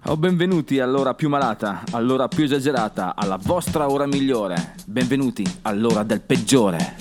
O benvenuti all'ora più malata, all'ora più esagerata, alla vostra ora migliore. Benvenuti all'ora del peggiore.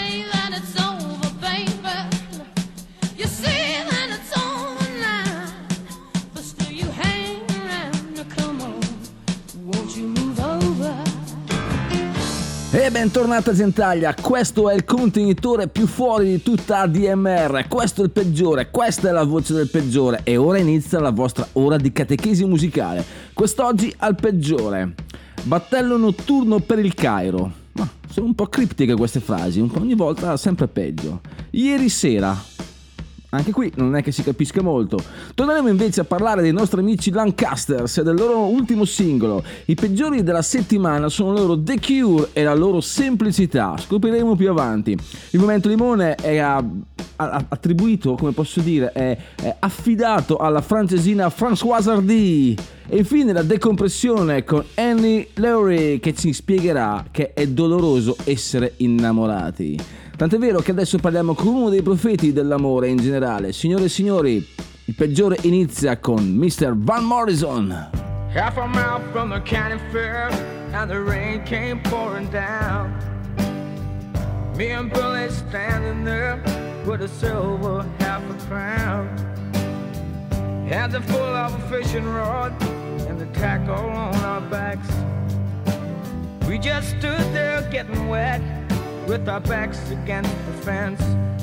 E bentornata Gentaglia, questo è il contenitore più fuori di tutta ADMR, questo è il peggiore, questa è la voce del peggiore e ora inizia la vostra ora di catechesi musicale. Quest'oggi al peggiore, battello notturno per il Cairo. Ma sono un po' criptiche queste frasi, ogni volta sempre peggio. Ieri sera, anche qui non è che si capisca molto. Torneremo invece a parlare dei nostri amici Lancasters e del loro ultimo singolo. I peggiori della settimana sono loro The Cure e la loro semplicità. Scopriremo più avanti. Il momento limone è attribuito, come posso dire, è affidato alla francesina Françoise Hardy. E infine la decompressione con Annie Laurie, che ci spiegherà che è doloroso essere innamorati. Tant'è vero che adesso parliamo con uno dei profeti dell'amore in generale. Signore e signori, il peggiore inizia con Mr. Van Morrison. Half a mile from the county fair and the rain came pouring down. Me and Billy standing there with a silver half a crown. Hands are full of a fishing rod and the tackle on our backs. We just stood there getting wet with our backs against the fence.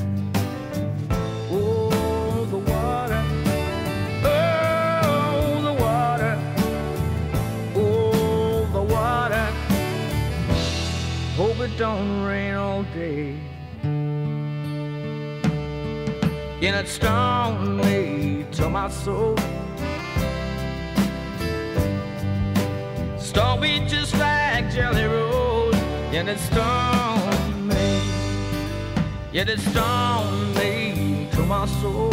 Oh, the water. Oh, the water. Oh, the water. Hope it don't rain all day. And it stung me to my soul. Stung me just like Jelly Roll. And it stung me. Yet it stung me to my soul.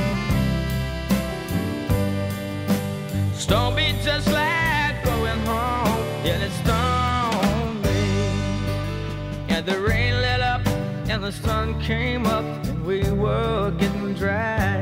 Stung me just like going home. Yet it stung me. And the rain let up and the sun came up and we were getting dry.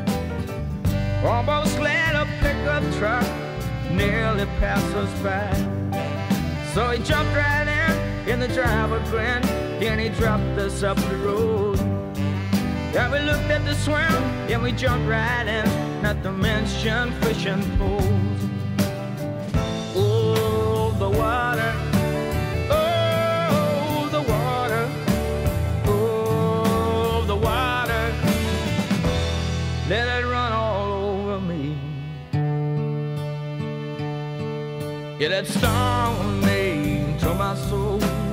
Almost let a pickup truck nearly pass us by. So he jumped right in the driver grinned, and he dropped us up the road. Yeah, we looked at the swim, and we jumped right in, not to mention fishing poles. Oh, the water. Oh, the water. Oh, the water. Let it run all over me. Yeah, that stung me to my soul.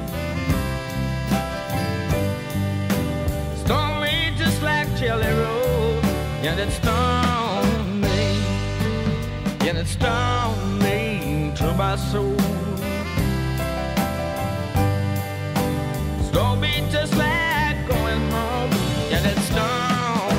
Stung me just like Jelly Roll. And it stung me. And it stung me to my soul. Stung me just like going home. And it stung me.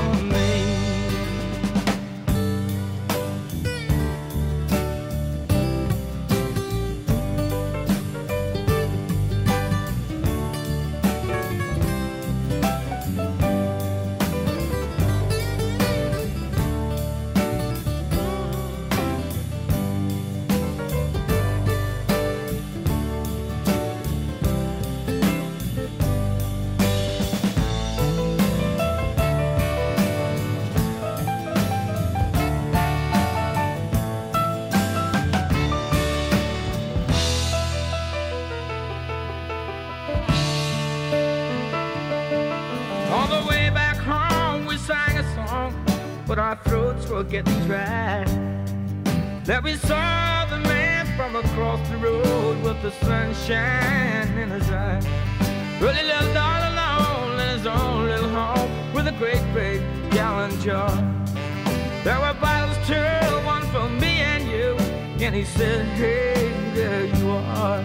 But our throats were getting dry. Then we saw the man from across the road with the sunshine in his eye. Really lived all alone in his own little home with a great big gallon jar. There were bottles too, one for me and you. And he said, hey, there you are.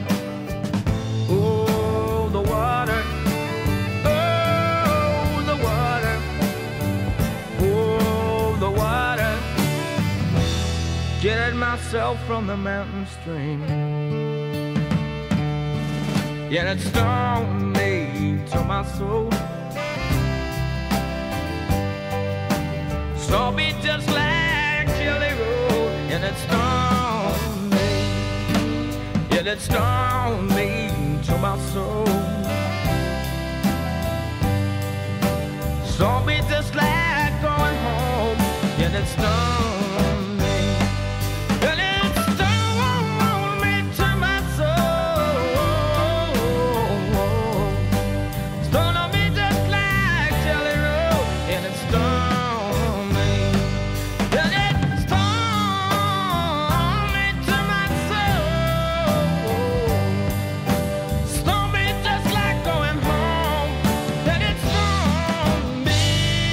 Oh, the water. Get myself from the mountain stream. Yeah, it stung me to my soul. Stung me just like Jelly Roll. and it stung me. Yeah, it stung me to my soul. Saw me just like going home, and it stung me. And it stung me to my soul. Stung me just like Jelly Roll, and it stung me. And it stung me to my soul. Stung me just like going home, and it stung me.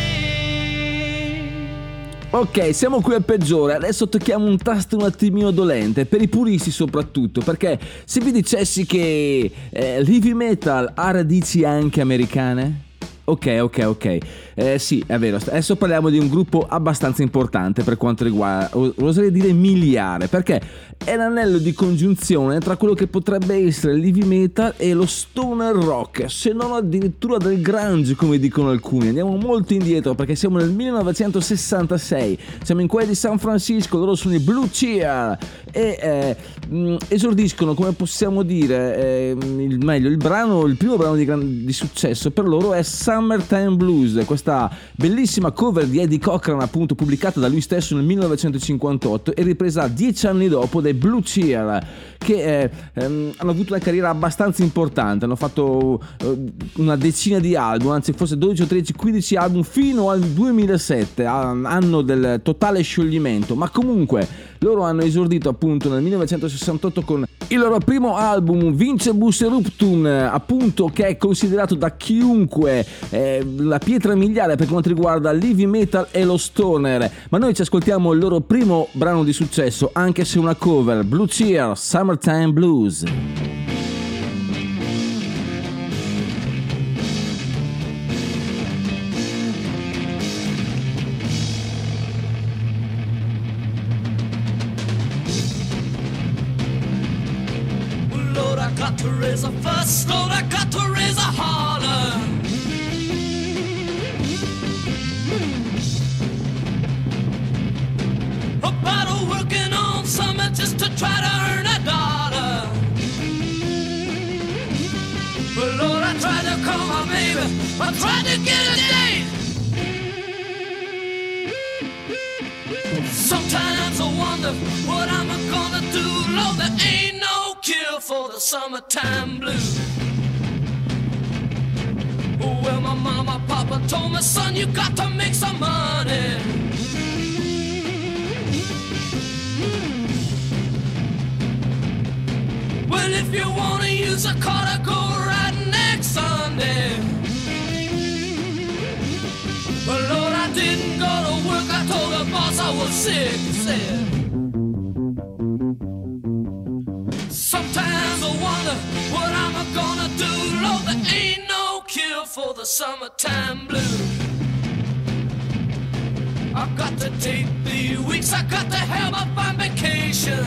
Ok, siamo qui al peggiore, adesso tocchiamo un tasto un attimino dolente, per i puristi soprattutto, perché se vi dicessi che l'heavy metal ha radici anche americane? Ok. Sì, è vero. Adesso parliamo di un gruppo abbastanza importante per quanto riguarda, oserei dire miliare, perché è l'anello di congiunzione tra quello che potrebbe essere l'heavy metal e lo stoner rock, se non addirittura del grunge, come dicono alcuni. Andiamo molto indietro perché siamo nel 1966, siamo in quelli di San Francisco, loro sono i Blue Cheer e esordiscono, come possiamo dire, il primo brano di successo per loro è Summertime Blues, questa bellissima cover di Eddie Cochran, appunto pubblicata da lui stesso nel 1958 e ripresa 10 anni dopo dai Blue Cheer, che hanno avuto una carriera abbastanza importante, hanno fatto una decina di album, anzi forse 12 o 13, 15 album fino al 2007, anno del totale scioglimento, ma comunque loro hanno esordito appunto nel 1968 con il loro primo album Vincebus Eruptum, appunto, che è considerato da chiunque la pietra miliare per quanto riguarda l'heavy metal e lo stoner. Ma noi ci ascoltiamo il loro primo brano di successo, anche se una cover, Blue Cheer, Summertime Blues. To raise a fuss, Lord, I got to raise a holler. About working on something just to try to earn a dollar. But Lord, I tried to call my baby, I tried to get a date. Sometimes I wonder what I'm gonna do, Lord, there ain't no cure for the summertime blues. Well, my mama, papa told me, son, you got to make some money. Well, if you wanna use a car to go right next Sunday. But Lord, I didn't go to work, I told the boss I was sick, he said. Sometimes I wonder what I'm gonna do, Lord, there ain't no cure for the summertime blues. I got to take the weeks, I got to have a fine vacation.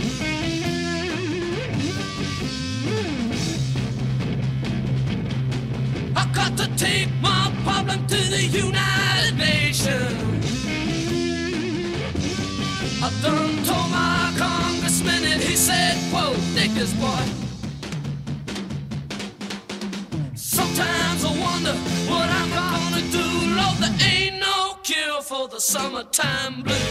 I got to take my problem to the United Nations. I done told my congressman and he said, quote, dig this boy. Sometimes I wonder what I'm gonna do, Lord, there ain't no cure for the summertime blues.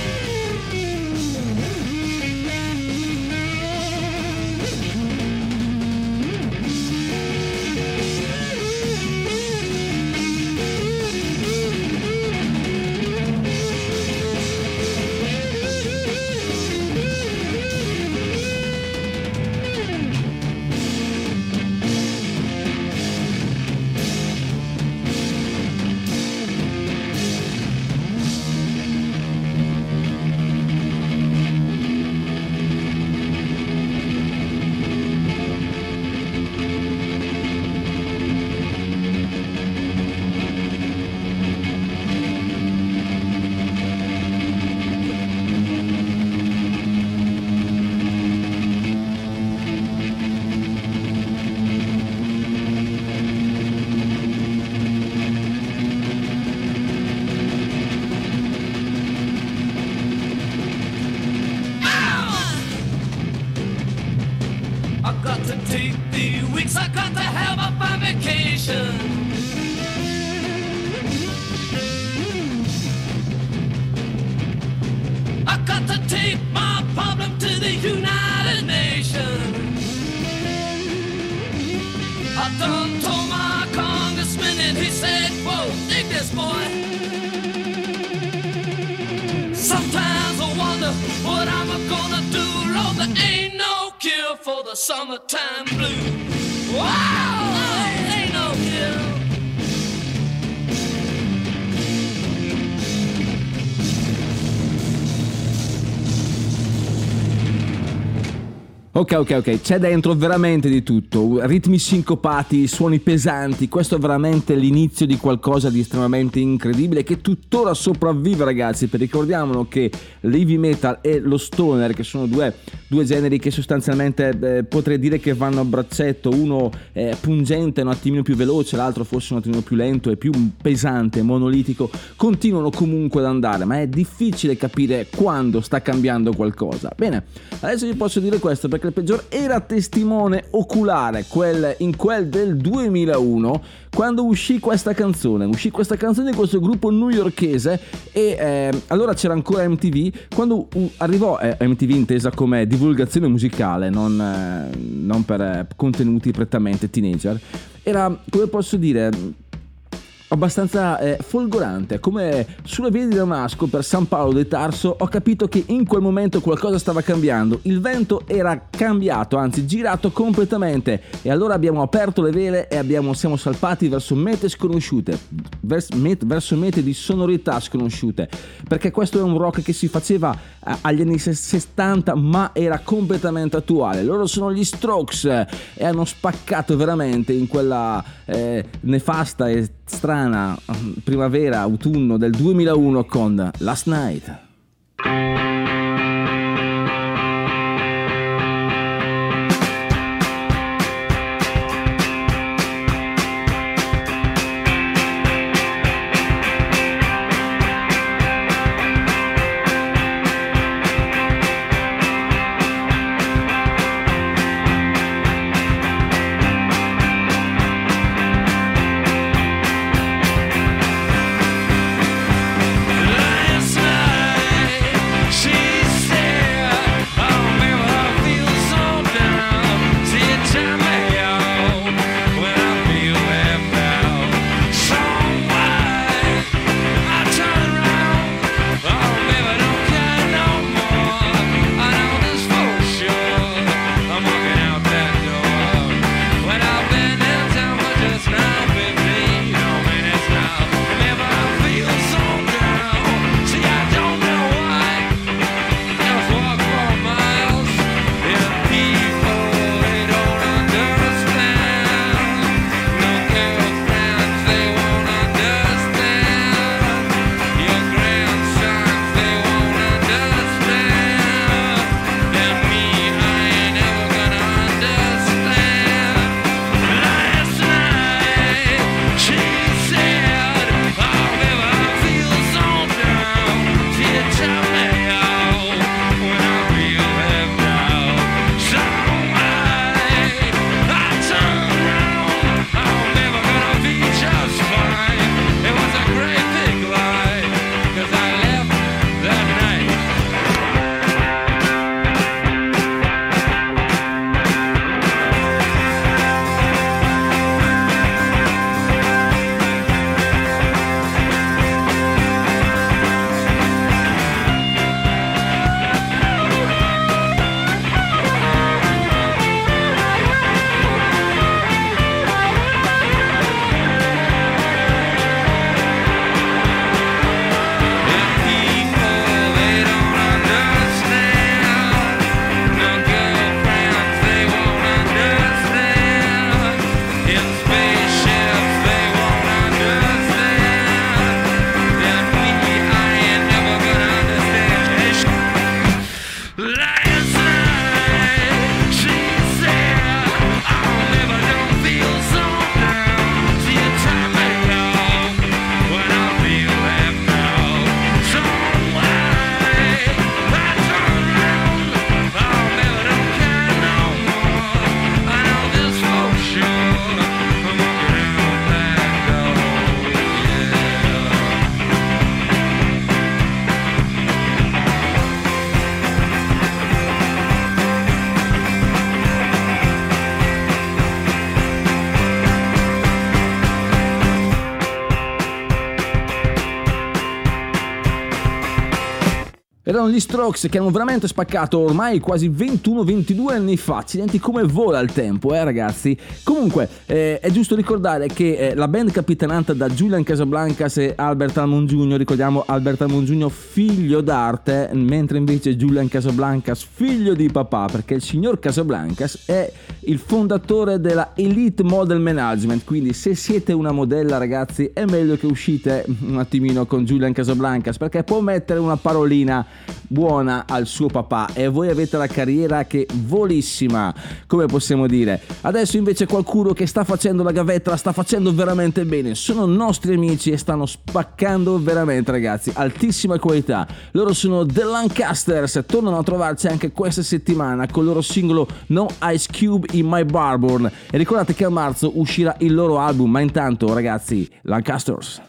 and he said, whoa, dig this, boy. Sometimes I wonder what I'm gonna do. Lord, there ain't no cure for the summertime blues. Wow, there ain't no cure. Ok, c'è dentro veramente di tutto, ritmi sincopati, suoni pesanti, questo è veramente l'inizio di qualcosa di estremamente incredibile che tuttora sopravvive, ragazzi, perché ricordiamolo che l'heavy metal e lo stoner, che sono due generi che sostanzialmente potrei dire che vanno a braccetto, uno è pungente, un attimino più veloce, l'altro forse un attimino più lento e più pesante, monolitico, continuano comunque ad andare, ma è difficile capire quando sta cambiando qualcosa. Bene, adesso vi posso dire questo perché il peggiore era testimone oculare in quel del 2001 quando uscì questa canzone di questo gruppo newyorkese e allora c'era ancora MTV. Quando arrivò MTV intesa come divulgazione musicale, non per contenuti prettamente teenager, era, come posso dire, abbastanza folgorante, come sulle vie di Damasco per San Paolo de Tarso. Ho capito che in quel momento qualcosa stava cambiando, il vento era cambiato, anzi girato completamente, e allora abbiamo aperto le vele e siamo salpati verso mete sconosciute, verso mete di sonorità sconosciute, perché questo è un rock che si faceva agli anni 60 ma era completamente attuale. Loro sono gli Strokes e hanno spaccato veramente in quella nefasta e strana primavera, autunno del 2001 con Last Night. Last night erano gli Strokes che hanno veramente spaccato ormai quasi 21-22 anni fa. Accidenti, come vola il tempo, ragazzi. Comunque è giusto ricordare che la band capitanata da Julian Casablancas e Albert Hammond Jr., ricordiamo Albert Hammond Jr. figlio d'arte, mentre invece Julian Casablancas figlio di papà, perché il signor Casablancas è il fondatore della Elite Model Management. Quindi se siete una modella, ragazzi, è meglio che uscite un attimino con Julian Casablancas, perché può mettere una parolina buona al suo papà e voi avete la carriera che volissima, come possiamo dire. Adesso invece qualcuno che sta facendo la gavetta, la sta facendo veramente bene, sono nostri amici e stanno spaccando veramente, ragazzi, altissima qualità. Loro sono The Lancasters, tornano a trovarci anche questa settimana con il loro singolo No Ice Cube in My Barborn, e ricordate che a marzo uscirà il loro album. Ma intanto, ragazzi, Lancasters.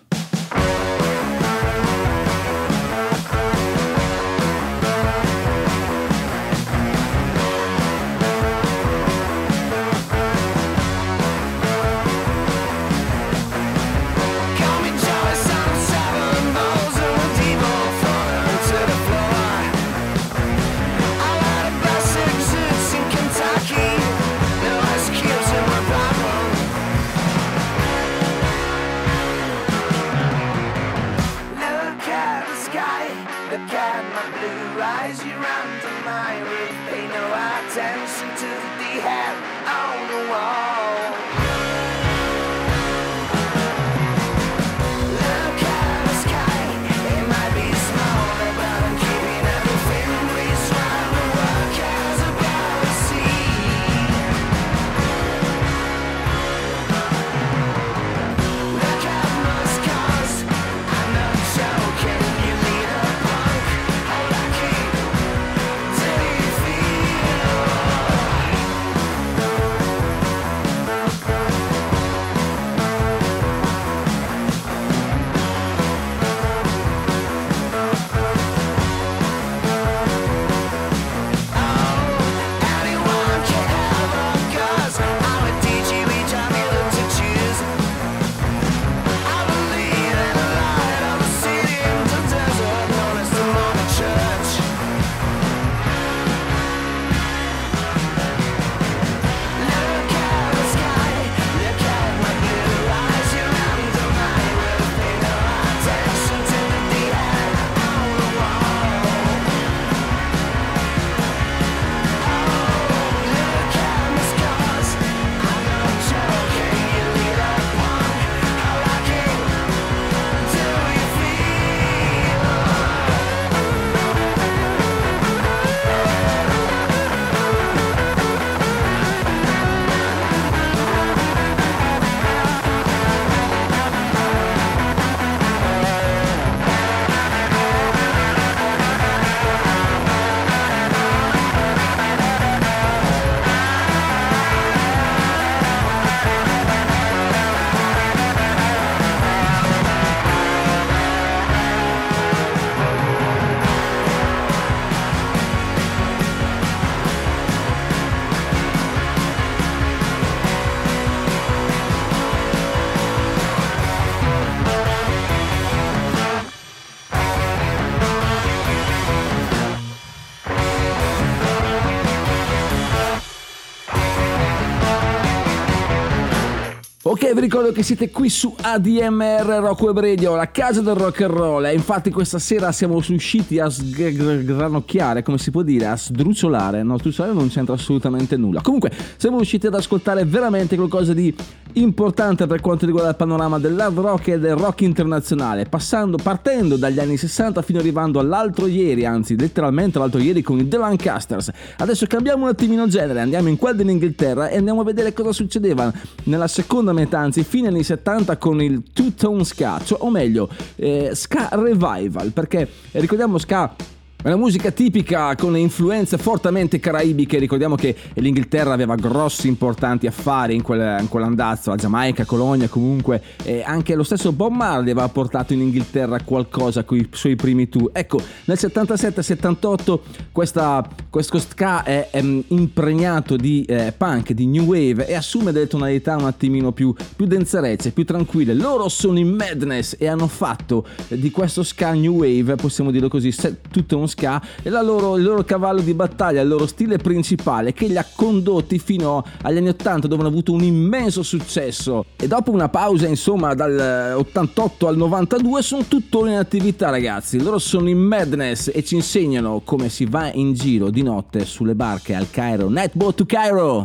Ok, vi ricordo che siete qui su ADMR Rock Web Radio, la casa del rock and roll. E infatti questa sera siamo riusciti a sgranocchiare, come si può dire, a sdrucciolare. No, sdrucciolare non c'entra assolutamente nulla. Comunque siamo riusciti ad ascoltare veramente qualcosa di importante per quanto riguarda il panorama dell'hard rock e del rock internazionale, partendo dagli anni 60 fino arrivando all'altro ieri, anzi letteralmente l'altro ieri con i The Lancasters. Adesso cambiamo un attimino genere, andiamo in quel dell'Inghilterra e andiamo a vedere cosa succedeva nella seconda metà, anzi fine anni 70, con il two-tone ska, cioè, o meglio ska revival, perché ricordiamo ska è una musica tipica con influenze fortemente caraibiche. Ricordiamo che l'Inghilterra aveva grossi importanti affari in quell'andazzo, la Giamaica, Colonia, comunque, e anche lo stesso Bob Marley aveva portato in Inghilterra qualcosa con i suoi primi tour. Ecco, nel 77-78 questo ska è impregnato di punk, di new wave, e assume delle tonalità un attimino più denserecce, più tranquille. Loro sono in Madness e hanno fatto di questo ska new wave, possiamo dirlo così, tutto un ska è il loro cavallo di battaglia, il loro stile principale che li ha condotti fino agli anni 80, dove hanno avuto un immenso successo, e dopo una pausa insomma dal 88 al 92 sono tuttora in attività, ragazzi. Loro sono in Madness e ci insegnano come si va in giro di notte sulle barche al Cairo. Nightboat to Cairo.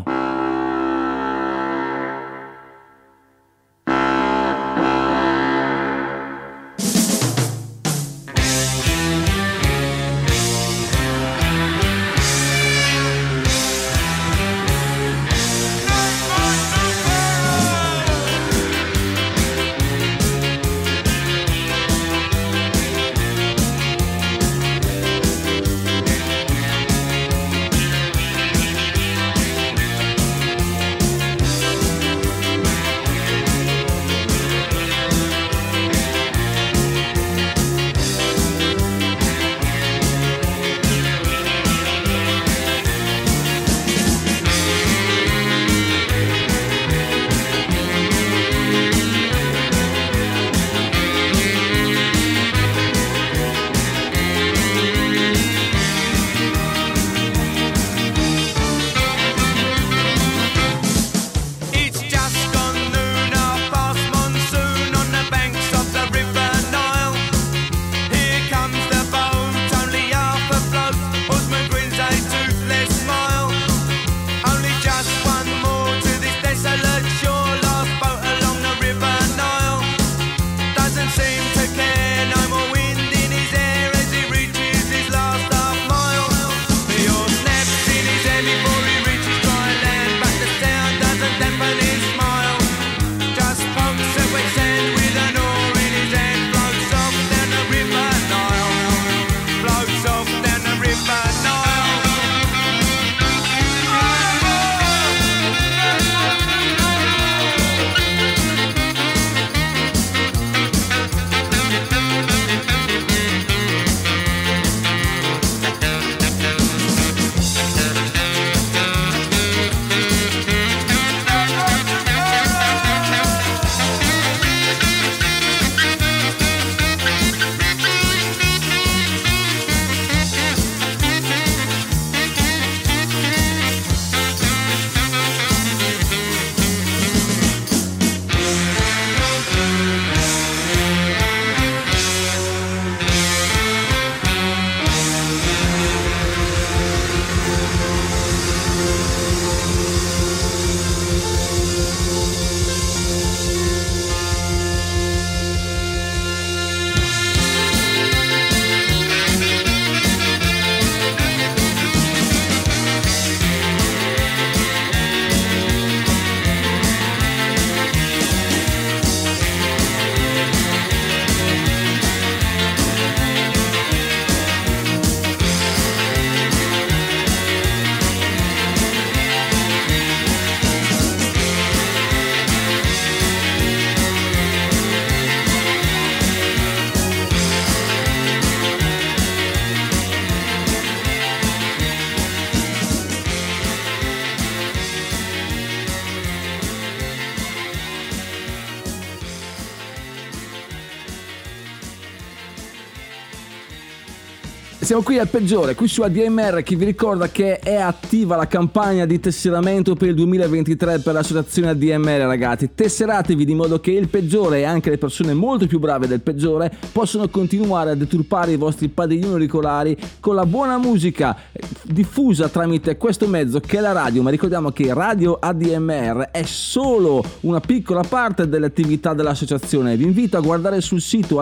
Siamo qui al peggiore, qui su ADMR, che vi ricorda che è attiva la campagna di tesseramento per il 2023 per l'associazione ADMR, ragazzi. Tesseratevi di modo che il peggiore e anche le persone molto più brave del peggiore possono continuare a deturpare i vostri padiglioni auricolari con la buona musica diffusa tramite questo mezzo che è la radio. Ma ricordiamo che Radio ADMR è solo una piccola parte delle attività dell'associazione. Vi invito a guardare sul sito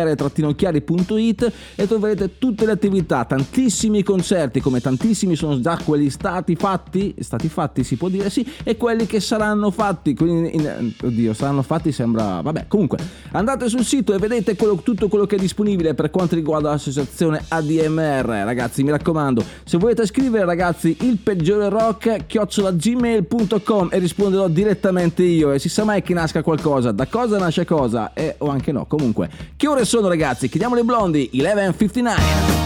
admr-chiari.it e troverete tutte le attività, tantissimi concerti, come tantissimi sono già quelli stati fatti si può dire, sì, e quelli che saranno fatti. Oddio, saranno fatti sembra, vabbè, comunque andate sul sito e vedete tutto quello che è disponibile per quanto riguarda l'associazione ADMR, ragazzi. Mi raccomando, se volete scrivere, ragazzi, il peggiore rock @gmail.com e risponderò direttamente io, e si sa mai che nasca qualcosa, da cosa nasce cosa, o anche no. Comunque, che ore sono, ragazzi? Chiediamo le Blondie, 11:59.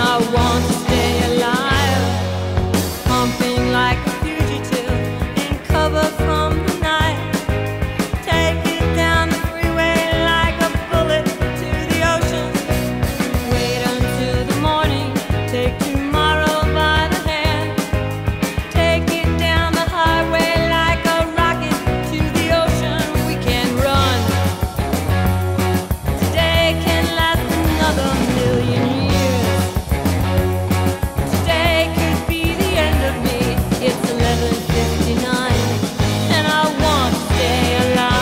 I want to stay alive, pumping like a fugitive in cover from the night. Take it down the freeway like a bullet to the ocean. Wait until the morning, take tomorrow by the hand. Take it down the highway like a rocket to the ocean. We can run. Today can last another million years. Today could be the end of me. It's 11:59 and I want to stay alive.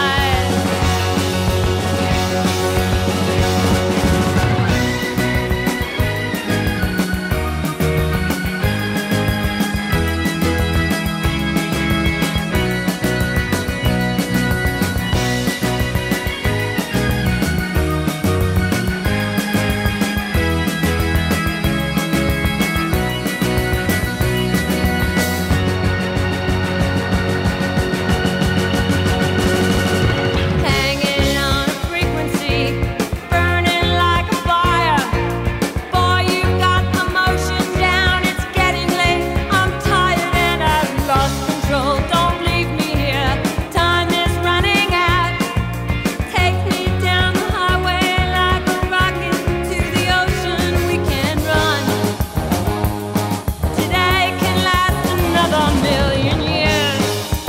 Hanging on a frequency, burning like a fire. Boy, you got the motion down, it's getting late. I'm tired and I've lost control. Don't leave me here, time is running out. Take me down the highway like a rocket to the ocean. We can run. Today can last another million years.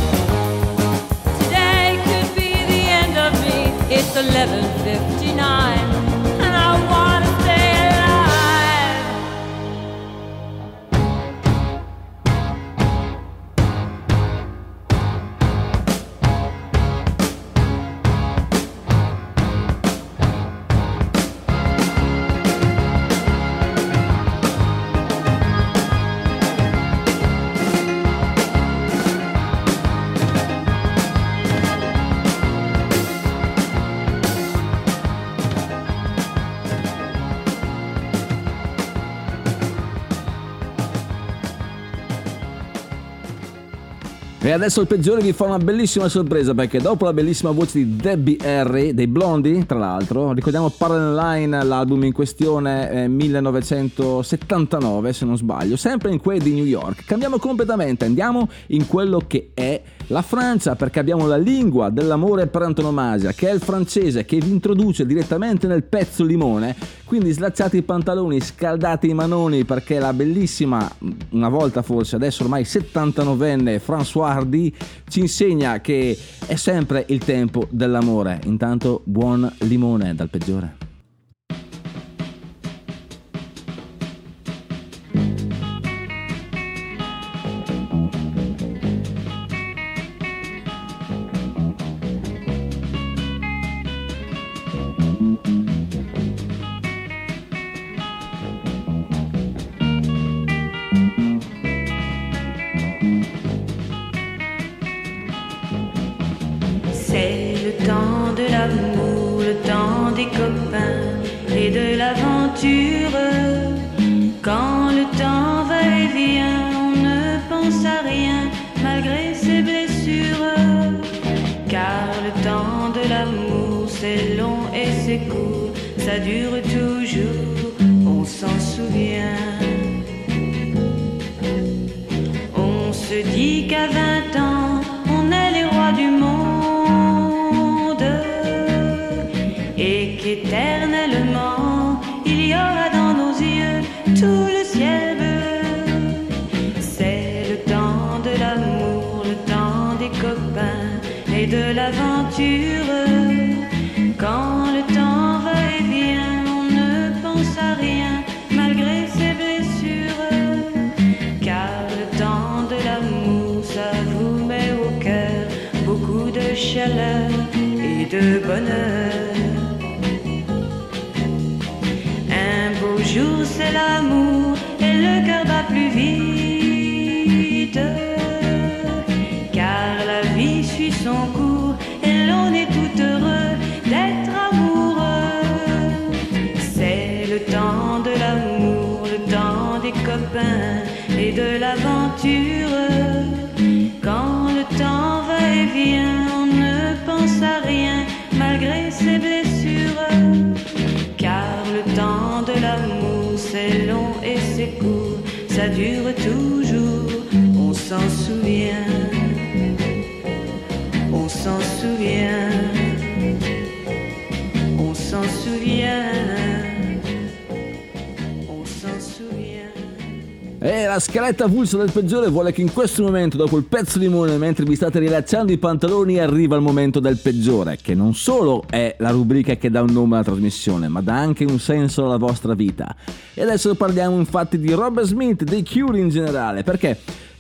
Today could be the end of me. It's 11:59 and I want to stay alive. E adesso il peggiore vi fa una bellissima sorpresa, perché dopo la bellissima voce di Debbie Harry, dei Blondie tra l'altro, ricordiamo Parallel Line, l'album in questione 1979 se non sbaglio, sempre in quei di New York. Cambiamo completamente, andiamo in quello che è la Francia, perché abbiamo la lingua dell'amore per antonomasia, che è il francese, che vi introduce direttamente nel pezzo limone. Quindi slacciate i pantaloni, scaldate i manoni, perché la bellissima, una volta forse, adesso ormai 79enne François Hardy ci insegna che è sempre il tempo dell'amore. Intanto buon limone dal peggiore. C'est le temps de l'amour, le temps des copains et de l'aventure. Quand le temps va et vient, on ne pense à rien malgré ses blessures. Car le temps de l'amour, c'est long et c'est court, ça dure toujours, on s'en souvient. On se dit qu'à 20 ans, on est les rois du monde et qu'éternellement il y aura dans nos yeux tout le ciel bleu. C'est le temps de l'amour, le temps des copains et de l'aventure. Quand le temps va et vient, on ne pense à rien malgré ses blessures. Car le temps de l'amour, ça vous met au cœur beaucoup de chaleur et de bonheur. Un beau jour c'est l'amour et le cœur bat plus vite. Car la vie suit son cours et l'on est tout heureux d'être amoureux. C'est le temps de l'amour, le temps des copains et de l'aventure. Quand le temps va et vient, on ne pense à rien malgré ses blessures. Car le temps de l'amour, c'est long et c'est court, ça dure toujours, on s'en souvient, on s'en souvient, on s'en souvient, on s'en souvient. E la scaletta avulsa del peggiore vuole che in questo momento, dopo il pezzo di limone, mentre vi state rilacciando i pantaloni, arriva il momento del peggiore, che non solo è la rubrica che dà un nome alla trasmissione, ma dà anche un senso alla vostra vita. E adesso parliamo infatti di Robert Smith, dei Cure in generale, perché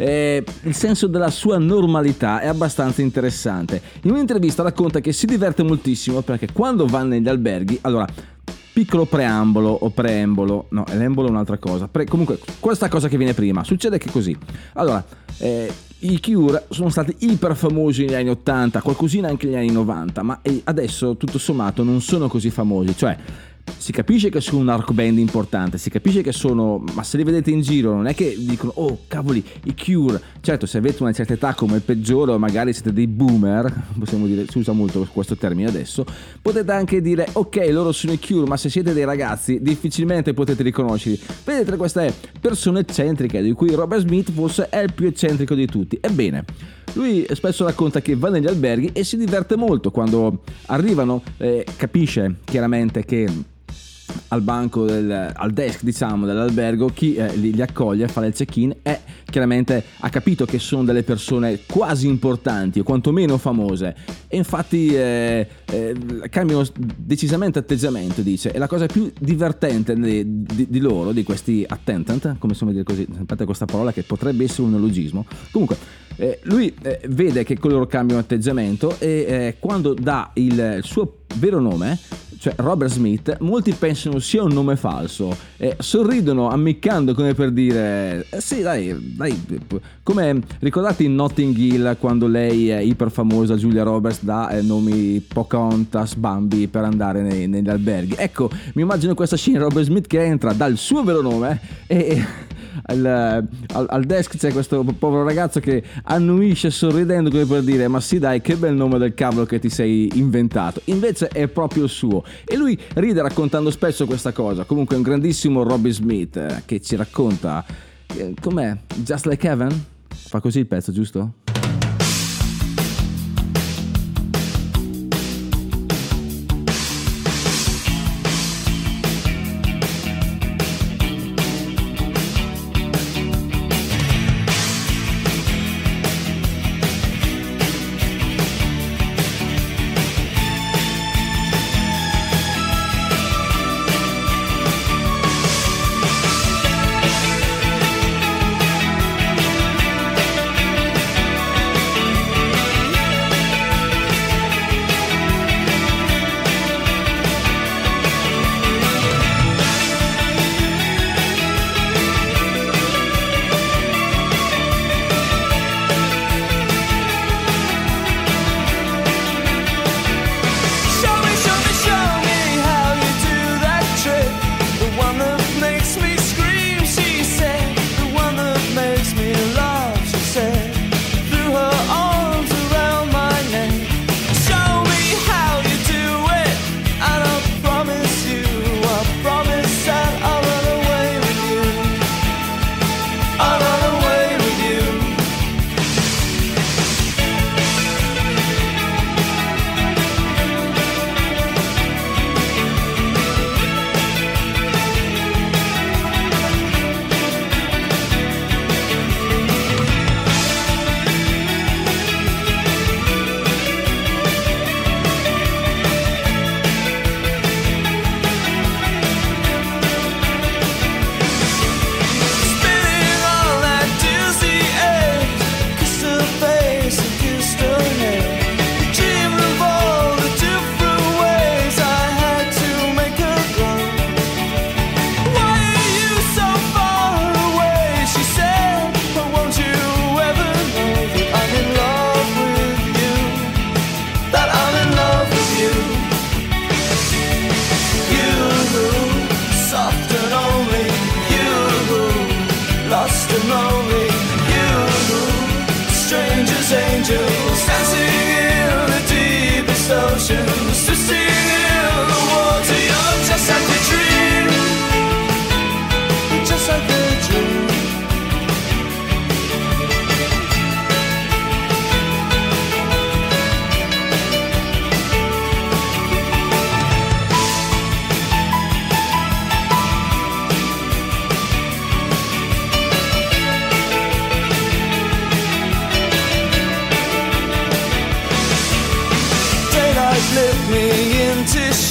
il senso della sua normalità è abbastanza interessante. In un'intervista racconta che si diverte moltissimo perché quando va negli alberghi, allora, piccolo preambolo, no, l'embolo è un'altra cosa. Comunque, questa cosa che viene prima, succede che così. Allora, i Cure sono stati iper famosi negli anni 80, qualcosina anche negli anni 90, ma adesso tutto sommato non sono così famosi, cioè si capisce che sono un rock band importante, si capisce che sono, ma se li vedete in giro non è che dicono oh cavoli i Cure. Certo, se avete una certa età come il peggiore o magari siete dei boomer, possiamo dire, si usa molto questo termine adesso, potete anche dire ok loro sono i Cure, ma se siete dei ragazzi difficilmente potete riconoscerli. Vedete queste persone eccentriche, di cui Robert Smith forse è il più eccentrico di tutti. Ebbene, lui spesso racconta che va negli alberghi e si diverte molto quando arrivano, capisce chiaramente che al banco al desk diciamo dell'albergo chi li accoglie, fa il check-in e chiaramente ha capito che sono delle persone quasi importanti o quantomeno famose e infatti cambiano decisamente atteggiamento, dice. E la cosa più divertente di loro, di questi attendant, come si può dire così, sapete questa parola che potrebbe essere un neologismo, comunque lui vede che loro cambiano atteggiamento e quando dà il suo vero nome, cioè Robert Smith, molti pensano sia un nome falso, sorridono ammiccando come per dire sì dai, come ricordate in Notting Hill quando lei è iper famosa, Julia Roberts, dà nomi Pocahontas, Bambi per andare negli alberghi. Ecco, mi immagino questa scena, Robert Smith che entra dal suo vero nome e al desk c'è questo povero ragazzo che annuisce sorridendo come per dire ma sì dai, che bel nome del cavolo che ti sei inventato, invece è proprio il suo e lui ride raccontando spesso questa cosa. Comunque è un grandissimo Robert Smith che ci racconta com'è Just Like Heaven, fa così il pezzo, giusto? angels dancing in the deepest oceans, twisting in the water. You're just like a dream.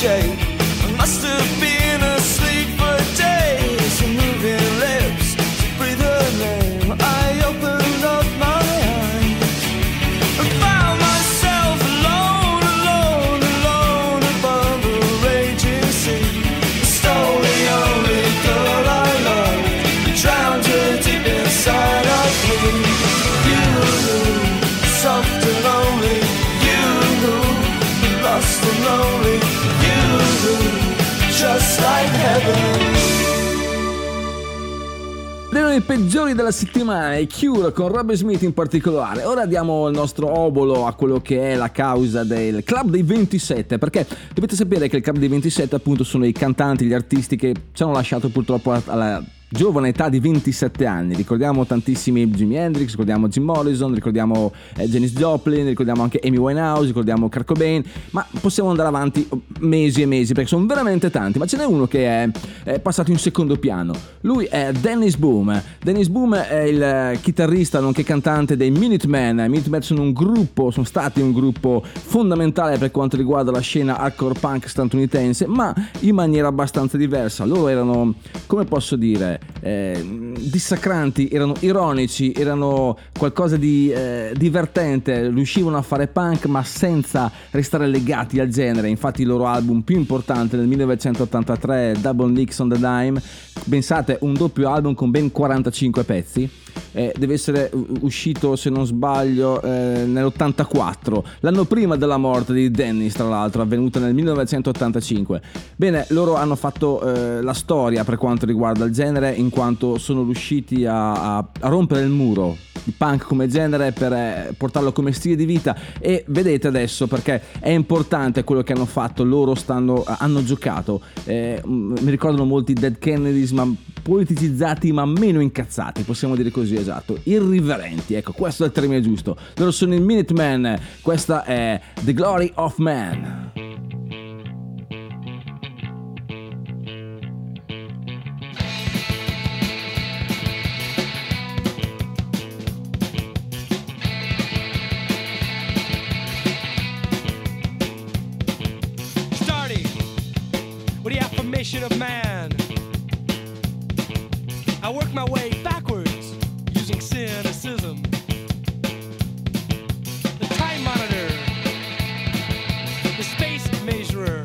shape. I must have been asleep for days. Moving lips to breathe her name. I opened up my eyes and found myself alone, alone, alone above the raging sea. Stole the only girl I loved, drowned her deep inside of me. You, soft and lonely, you, lost and lonely, you, just like heaven. Erano i peggiori della settimana, i Cure con Robbie Smith in particolare. Ora diamo il nostro obolo a quello che è la causa del Club dei 27, perché dovete sapere che il Club dei 27 appunto sono i cantanti, gli artisti che ci hanno lasciato purtroppo alla giovane età di 27 anni. Ricordiamo tantissimi Jimi Hendrix, ricordiamo Jim Morrison, ricordiamo Janis Joplin, ricordiamo anche Amy Winehouse, ricordiamo Kurt Cobain, ma possiamo andare avanti mesi e mesi perché sono veramente tanti. Ma ce n'è uno che è passato in secondo piano. Lui è Dennis Boom. Dennis Boom è il chitarrista nonché cantante dei Minutemen. I Minutemen sono stati un gruppo fondamentale per quanto riguarda la scena hardcore punk statunitense, ma in maniera abbastanza diversa. Loro erano, come posso dire, dissacranti, erano ironici, erano qualcosa di divertente, riuscivano a fare punk ma senza restare legati al genere. Infatti il loro album più importante nel 1983, Double Nicks on the Dime, pensate, un doppio album con ben 45 pezzi, deve essere uscito, se non sbaglio, nell'84, l'anno prima della morte di Dennis, tra l'altro, avvenuta nel 1985. Bene, loro hanno fatto la storia per quanto riguarda il genere, in quanto sono riusciti a rompere il muro di punk come genere per portarlo come stile di vita. E vedete adesso perché è importante quello che hanno fatto. Loro hanno giocato, mi ricordano molti Dead Kennedys, ma politicizzati ma meno incazzati, possiamo dire così, esatto, irriverenti, ecco, questo è il termine giusto. Loro sono i Minutemen, questa è The Glory of Man. With the affirmation of man, I work my way backwards using cynicism. The time monitor, the space measurer,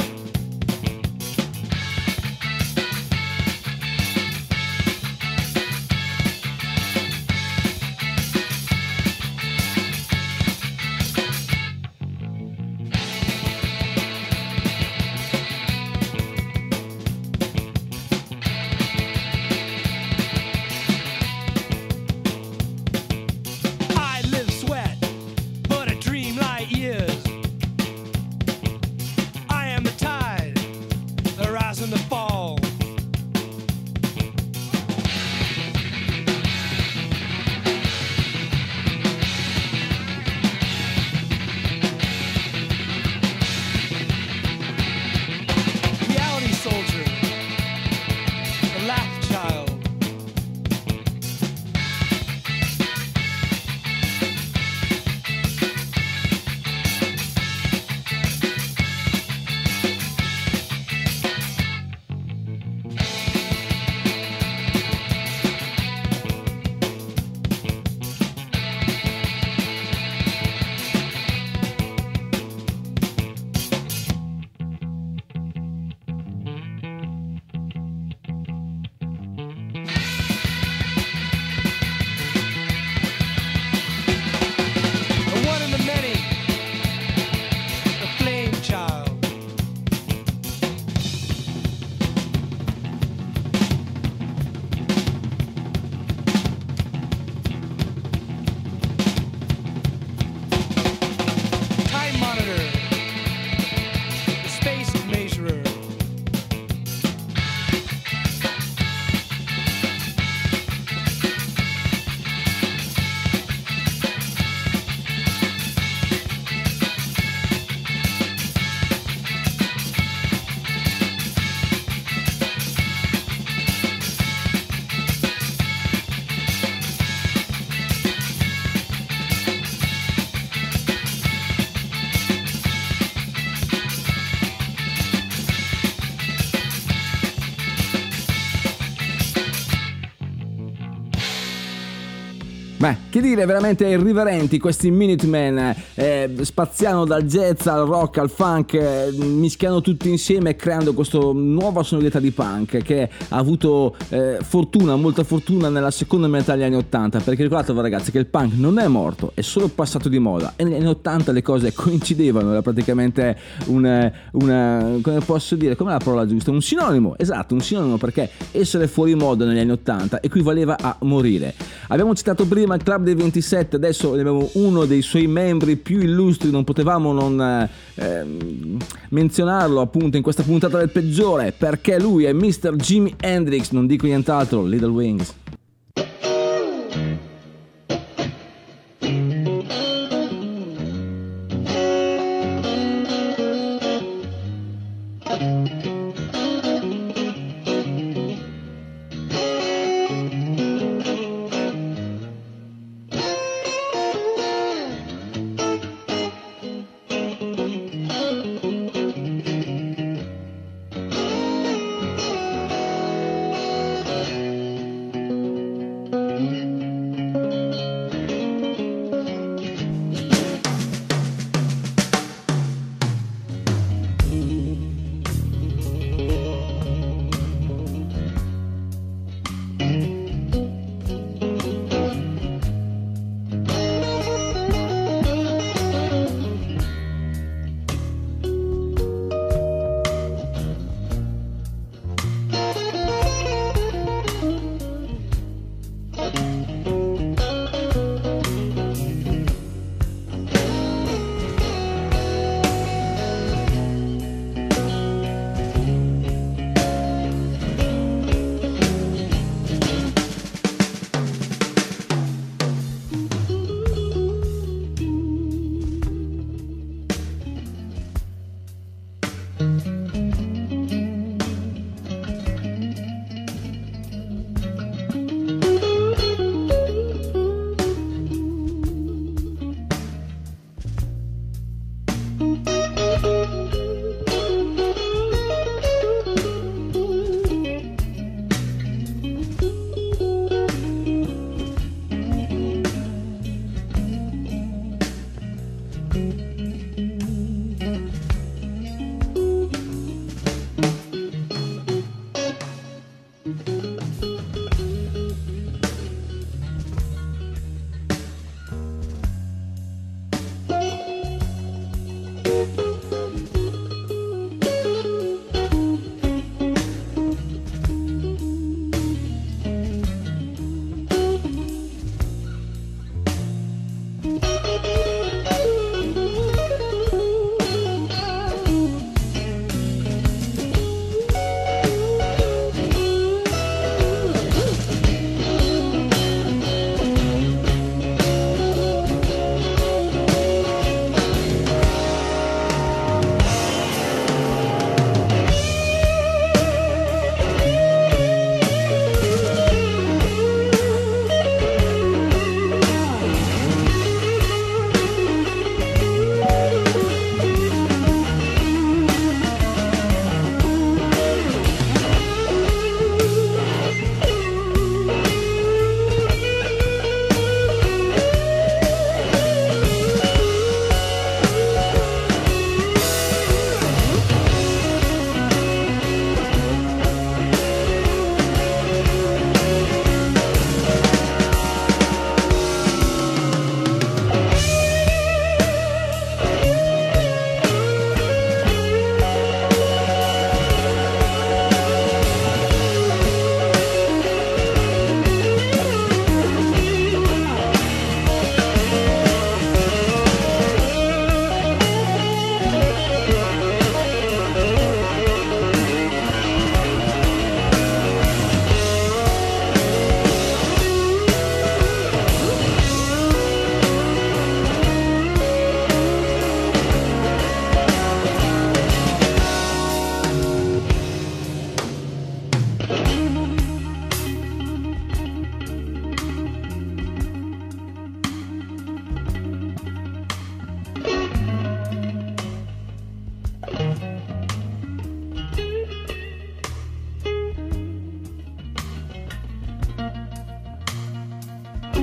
Beh, che dire, veramente irriverenti questi Minutemen, spaziano dal jazz al rock al funk, mischiano tutti insieme creando questa nuova sonorità di punk che ha avuto molta fortuna nella seconda metà degli anni 80, perché ricordatevi ragazzi che il punk non è morto, è solo passato di moda, e negli anni 80 le cose coincidevano, era praticamente una come posso dire, come è la parola giusta? Un sinonimo, esatto, un sinonimo, perché essere fuori moda negli anni 80 equivaleva a morire. Abbiamo citato prima il Club dei 27, adesso abbiamo uno dei suoi membri più illustri, non potevamo non menzionarlo appunto in questa puntata del peggiore, perché lui è Mr. Jimi Hendrix, non dico nient'altro, Little Wings.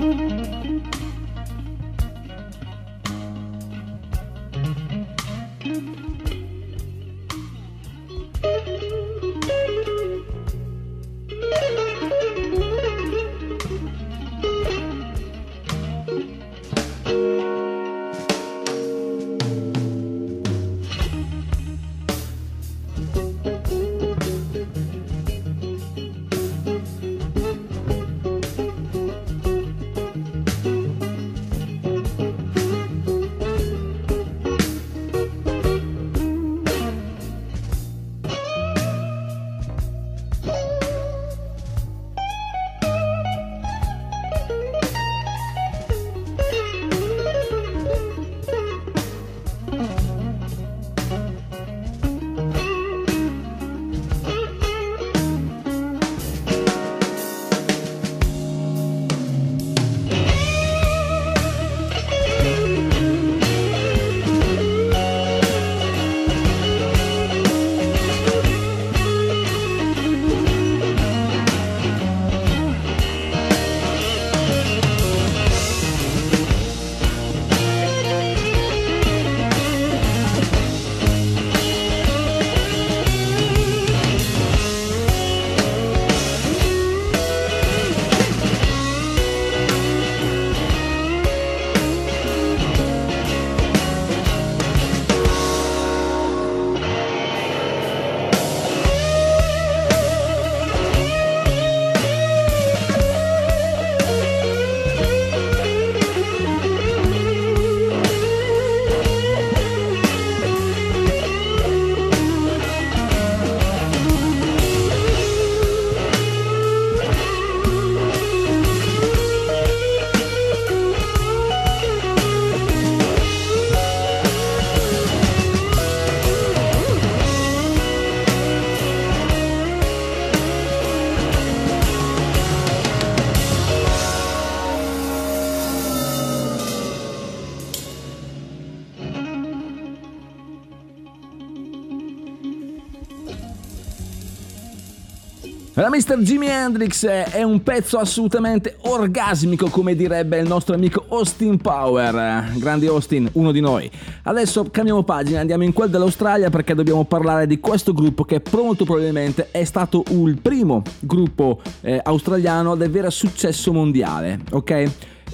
La Mr. Jimi Hendrix è un pezzo assolutamente orgasmico, come direbbe il nostro amico Austin Power. Grandi Austin, uno di noi. Adesso cambiamo pagina, andiamo in quel dell'Australia, perché dobbiamo parlare di questo gruppo che molto probabilmente è stato il primo gruppo australiano ad avere successo mondiale, ok?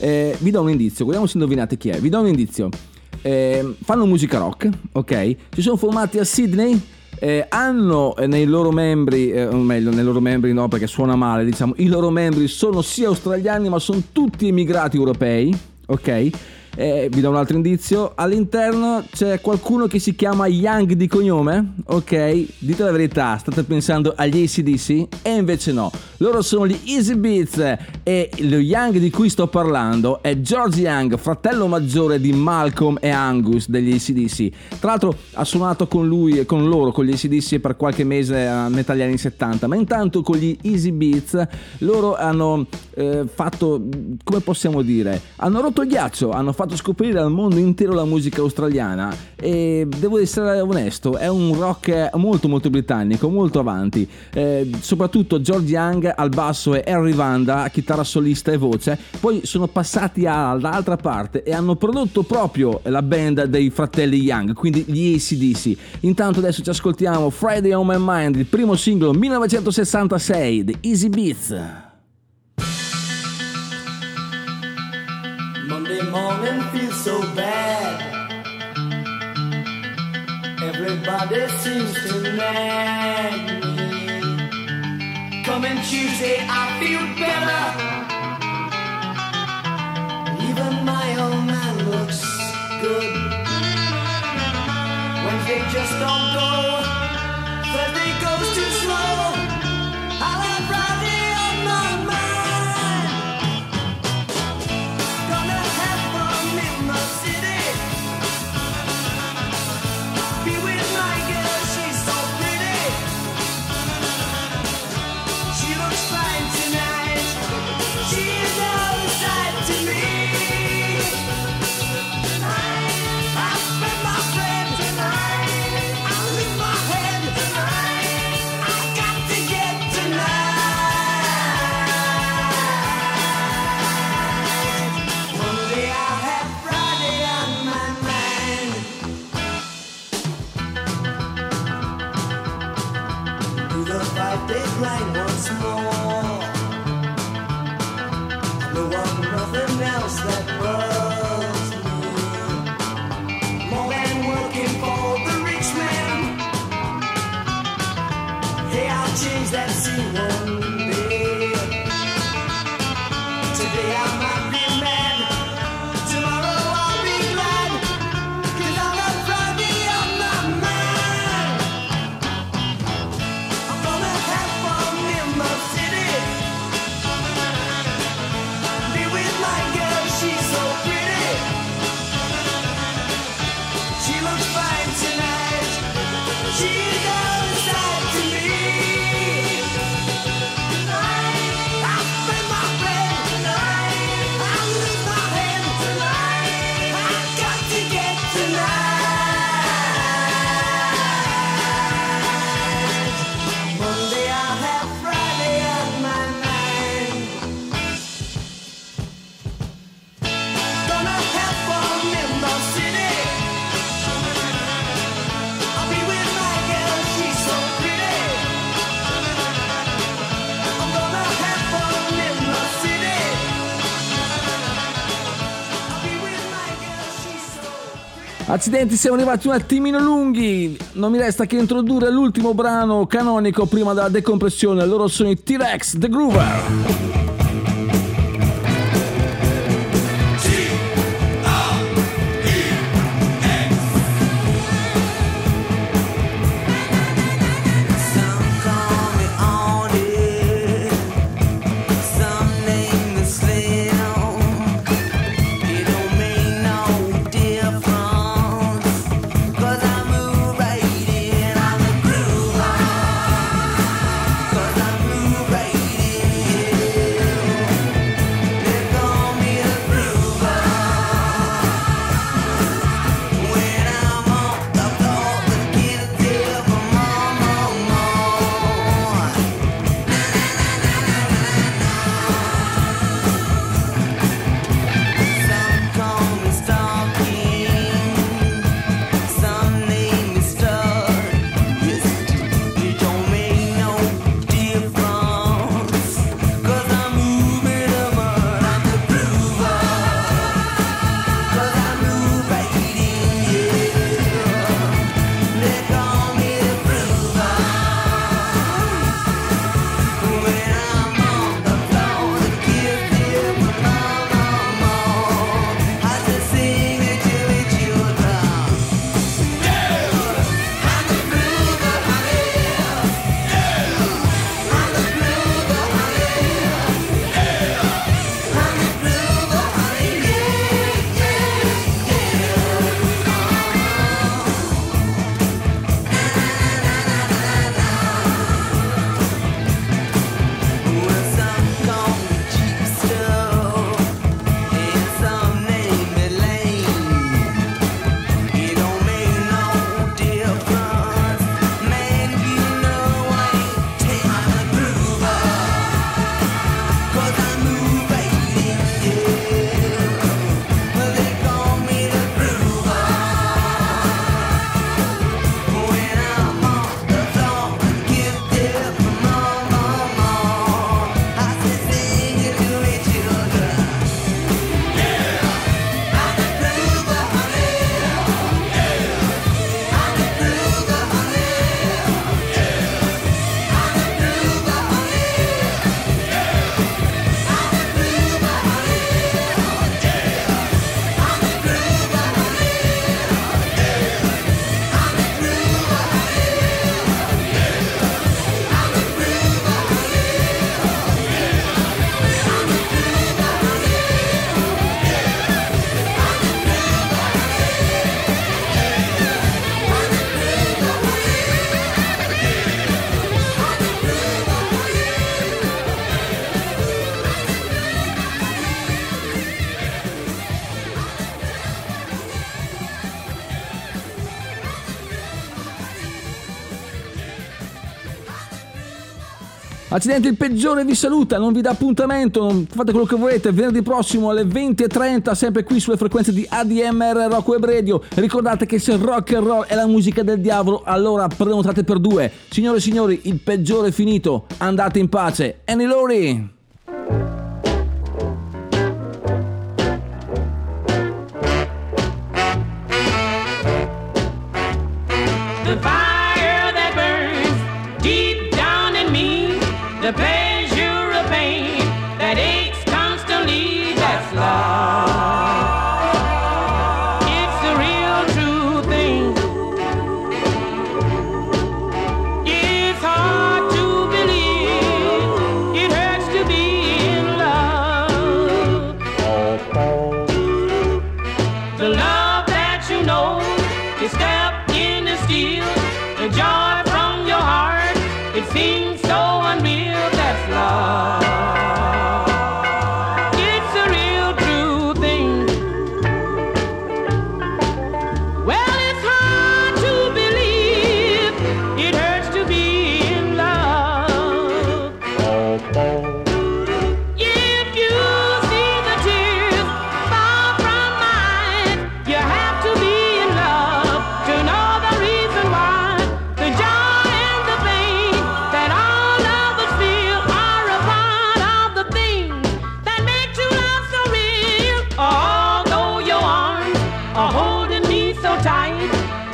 Vi do un indizio, vediamo se indovinate chi è. Vi do un indizio. Fanno musica rock, ok? Si sono formati a Sydney. Hanno nei loro membri, meglio nei loro membri no, perché suona male, diciamo, i loro membri sono sia australiani ma sono tutti emigrati europei, ok? Vi do un altro indizio: all'interno c'è qualcuno che si chiama Young di cognome, ok? Dite la verità, state pensando agli AC/DC? E invece no, loro sono gli Easy Beats, e lo Young di cui sto parlando è George Young, fratello maggiore di Malcolm e Angus degli AC/DC. Tra l'altro ha suonato con lui e con loro, con gli AC/DC, per qualche mese a metà degli anni 70, ma intanto con gli Easy Beats loro hanno fatto, come possiamo dire, hanno rotto il ghiaccio, hanno fatto scoprire al mondo intero la musica australiana, e devo essere onesto, è un rock molto molto britannico, molto avanti, soprattutto George Young al basso e Harry Vanda chitarra solista e voce. Poi sono passati dall'altra parte e hanno prodotto proprio la band dei fratelli Young, quindi gli AC/DC. Intanto adesso ci ascoltiamo Friday on My Mind, il primo singolo 1966, The Easy Beats. Monday morning feels so bad. Everybody seems to nag me. Coming Tuesday I feel better. Even my old man looks good. Wednesday just don't go. Thursday goes too slow. I'll have Friday on my mind. My Accidenti, siamo arrivati un attimino lunghi. Non mi resta che introdurre l'ultimo brano canonico prima della decompressione. Loro sono i T-Rex, The Groover. Accidenti, il peggiore vi saluta, non vi dà appuntamento, fate quello che volete, venerdì prossimo alle 20:30, sempre qui sulle frequenze di ADMR Rock Web Radio. Ricordate che se rock and roll è la musica del diavolo, allora prenotate per due. Signore e signori, il peggiore è finito, andate in pace. Annie Laurie! The fire that burns deep down in me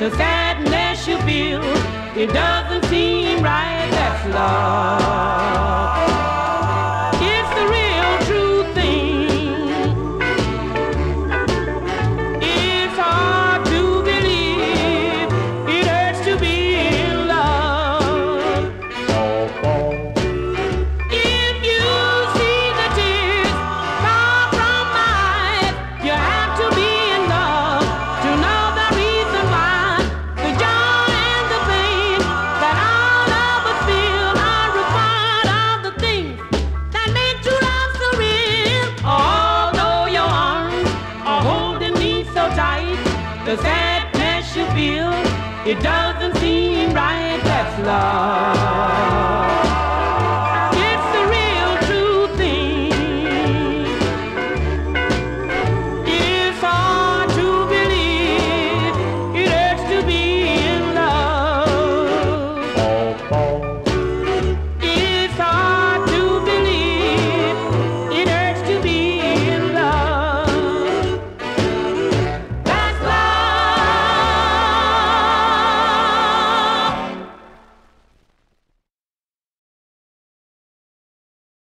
the sadness you feel. It doesn't seem right, that's love. It's the real true thing. It's hard to believe, it hurts to be in love. If you see the tears fall from my eyes, you have to be in love to know the reason why. The joy and the pain that all of us feel are a part of the things that make true love so real. Although your arms are holding me so tight, the sadness you feel, it does